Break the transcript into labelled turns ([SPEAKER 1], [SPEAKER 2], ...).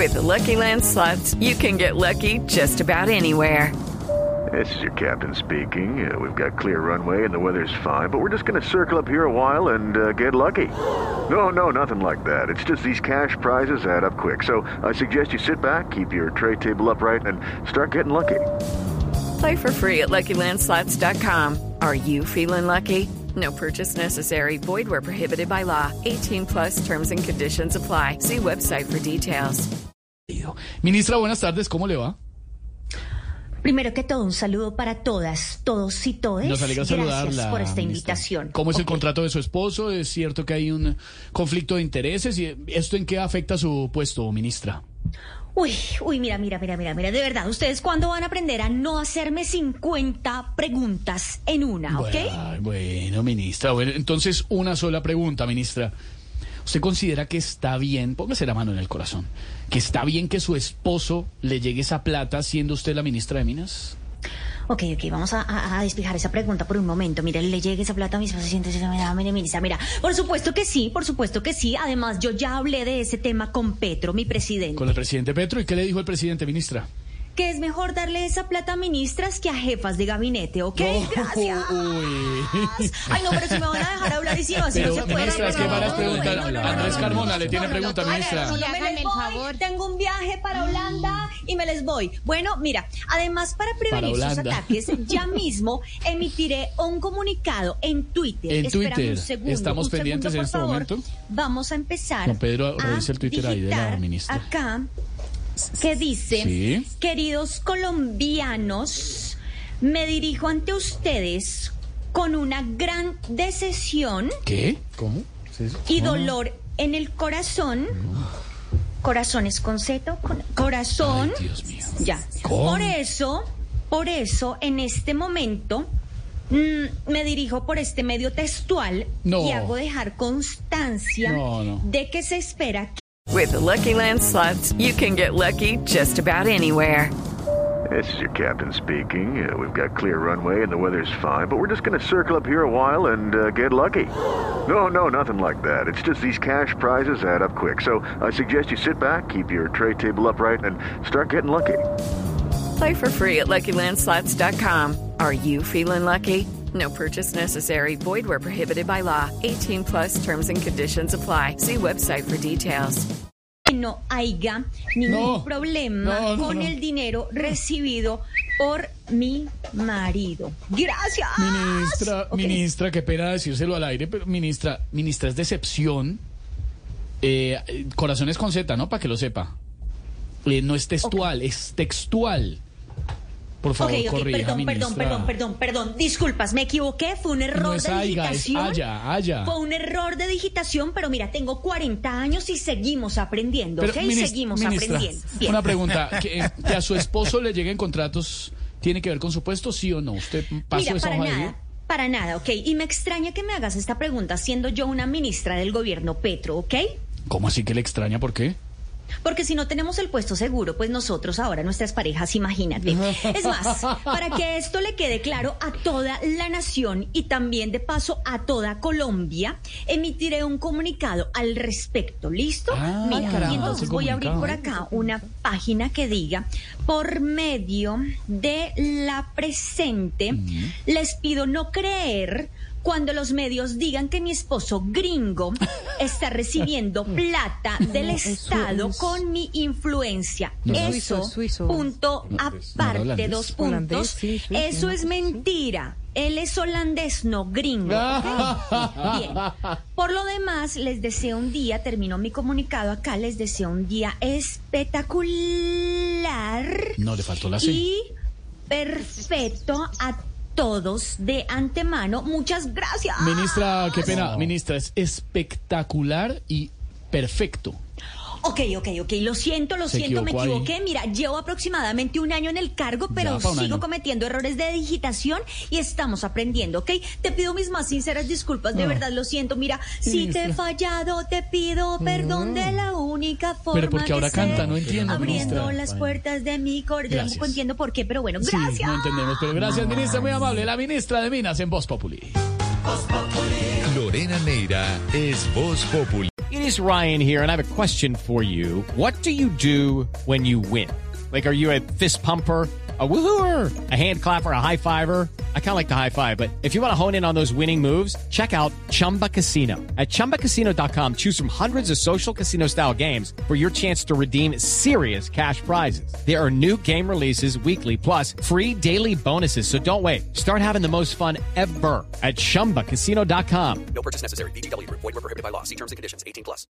[SPEAKER 1] With the Lucky Land Slots, you can get lucky just about anywhere.
[SPEAKER 2] This is your captain speaking. We've got clear runway and the weather's fine, but we're just going to circle up here a while and get lucky. No, nothing like that. It's just these cash prizes add up quick. So I suggest you sit back, keep your tray table upright, and start getting lucky.
[SPEAKER 1] Play for free at LuckyLandSlots.com. Are you feeling lucky? No purchase necessary. Void where prohibited by law. 18 plus terms and conditions apply. See website for details.
[SPEAKER 3] Ministra, buenas tardes. ¿Cómo le va?
[SPEAKER 4] Primero que todo, un saludo para todas, todos y todes.
[SPEAKER 3] Nos alegra saludarla.
[SPEAKER 4] Gracias por esta
[SPEAKER 3] ministra.
[SPEAKER 4] invitación.
[SPEAKER 3] ¿Cómo es el contrato de su esposo? ¿Es cierto que hay un conflicto de intereses? ¿Y esto en qué afecta su puesto, ministra?
[SPEAKER 4] Uy, mira. De verdad, ¿ustedes cuándo van a aprender a no hacerme 50 preguntas en una, ok?
[SPEAKER 3] Bueno, ministra. Bueno, entonces una sola pregunta, ministra. ¿Usted considera que está bien, póngase la mano en el corazón, que está bien que su esposo le llegue esa plata siendo usted la ministra de Minas?
[SPEAKER 4] Ok, vamos a despejar esa pregunta por un momento. Mira, le llegue esa plata a mis pacientes. Mira, por supuesto que sí. Además, yo ya hablé de ese tema con Petro, mi presidente.
[SPEAKER 3] ¿Con el presidente Petro? ¿Y qué le dijo el presidente, ministra?
[SPEAKER 4] Que es mejor darle esa plata a ministras que a jefas de gabinete, ¿ok? Gracias. Ay, no, pero si me van a dejar hablar y si no, así no se puede.
[SPEAKER 3] Ministra, es que varias preguntas. Andrés Carmona le tiene pregunta, ministra.
[SPEAKER 4] No me les voy. Tengo un viaje para Holanda y me les voy. Bueno, mira, además para prevenir sus ataques, ya mismo emitiré un comunicado en Twitter.
[SPEAKER 3] Espérame
[SPEAKER 4] un segundo.
[SPEAKER 3] Estamos pendientes en este momento.
[SPEAKER 4] Vamos a empezar.
[SPEAKER 3] Don Pedro, revise el Twitter ahí de la ministra.
[SPEAKER 4] Acá. Que dice,
[SPEAKER 3] ¿sí?
[SPEAKER 4] Queridos colombianos, me dirijo ante ustedes con una gran decepción.
[SPEAKER 3] ¿Qué? ¿Cómo? ¿Sí?
[SPEAKER 4] Y dolor en el corazón. Corazón es con Z, corazón.
[SPEAKER 3] Ay, Dios mío.
[SPEAKER 4] Ya.
[SPEAKER 3] ¿Cómo?
[SPEAKER 4] Por eso, en este momento, me dirijo por este medio textual y hago dejar constancia de que se espera que
[SPEAKER 1] With the Lucky Land Slots, you can get lucky just about anywhere.
[SPEAKER 2] This is your captain speaking. We've got clear runway and the weather's fine, but we're just going to circle up here a while and get lucky. No, nothing like that. It's just these cash prizes add up quick. So I suggest you sit back, keep your tray table upright, and start getting lucky.
[SPEAKER 1] Play for free at LuckyLandSlots.com. Are you feeling lucky? No purchase necessary. Void where prohibited by law. 18 plus terms and conditions apply. See website for details.
[SPEAKER 4] No haya ningún problema con el dinero recibido por mi marido. Gracias.
[SPEAKER 3] Ministra, qué pena decírselo al aire, pero ministra, es decepción. Corazones con Z, ¿no? Para que lo sepa. No es textual, es textual. Por favor, corrija,
[SPEAKER 4] perdón. Disculpas, me equivoqué. Fue un error de digitación. Fue un error de digitación, pero mira, tengo 40 años y seguimos aprendiendo, ¿ok? Seguimos aprendiendo. Bien.
[SPEAKER 3] Una pregunta, que a su esposo le lleguen contratos, ¿tiene que ver con su puesto, sí o no? ¿Usted pasó esa hoja de vida?
[SPEAKER 4] Para nada, ¿ok? Y me extraña que me hagas esta pregunta siendo yo una ministra del gobierno Petro, ¿ok?
[SPEAKER 3] ¿Cómo así que le extraña? ¿Por qué?
[SPEAKER 4] Porque si no tenemos el puesto seguro, pues nosotros ahora, nuestras parejas, imagínate. Es más, para que esto le quede claro a toda la nación y también de paso a toda Colombia, emitiré un comunicado al respecto, ¿listo? Mira, y entonces voy a abrir por acá una página que diga, por medio de la presente, les pido no creer cuando los medios digan que mi esposo gringo está recibiendo plata del Estado con mi influencia. Eso, punto aparte, 2 puntos. Eso es mentira. Él es holandés, no gringo. ¿Okay? Bien. Por lo demás, les deseo un día, termino mi comunicado acá, les deseo un día espectacular.
[SPEAKER 3] No, le faltó la C.
[SPEAKER 4] Y perfecto a todos de antemano. Muchas gracias.
[SPEAKER 3] Ministra, qué pena. Ministra, es espectacular y perfecto.
[SPEAKER 4] Ok, lo siento, me equivoqué. Ahí. Mira, llevo aproximadamente 1 año en el cargo, pero sigo cometiendo errores de digitación y estamos aprendiendo, ¿ok? Te pido mis más sinceras disculpas, de verdad lo siento. Mira, si te he fallado, te pido perdón de la única forma.
[SPEAKER 3] Pero porque ahora canta, no entiendo,
[SPEAKER 4] abriendo
[SPEAKER 3] ministra.
[SPEAKER 4] Las puertas de mi corazón. Tampoco entiendo por qué, pero bueno, gracias.
[SPEAKER 3] Sí, no entendemos, pero gracias, ministra, muy amable. La ministra de Minas en Voz Populi.
[SPEAKER 5] Lorena Neira es Voz Populi.
[SPEAKER 6] It is
[SPEAKER 5] is Ryan here, and I have a question for you. What do you do when you win? Like, are you a fist pumper, a woohooer, a hand clapper, a high fiver? I kind of like the high five, but if you want to hone in on those winning moves, check out Chumba Casino. At ChumbaCasino.com, choose from hundreds of social casino-style games for your chance to redeem serious cash prizes. There are new game releases weekly, plus free daily bonuses. So don't wait. Start having the most fun ever at ChumbaCasino.com.
[SPEAKER 6] No purchase necessary. VGW Group. Void where prohibited by law. See terms and conditions. 18+.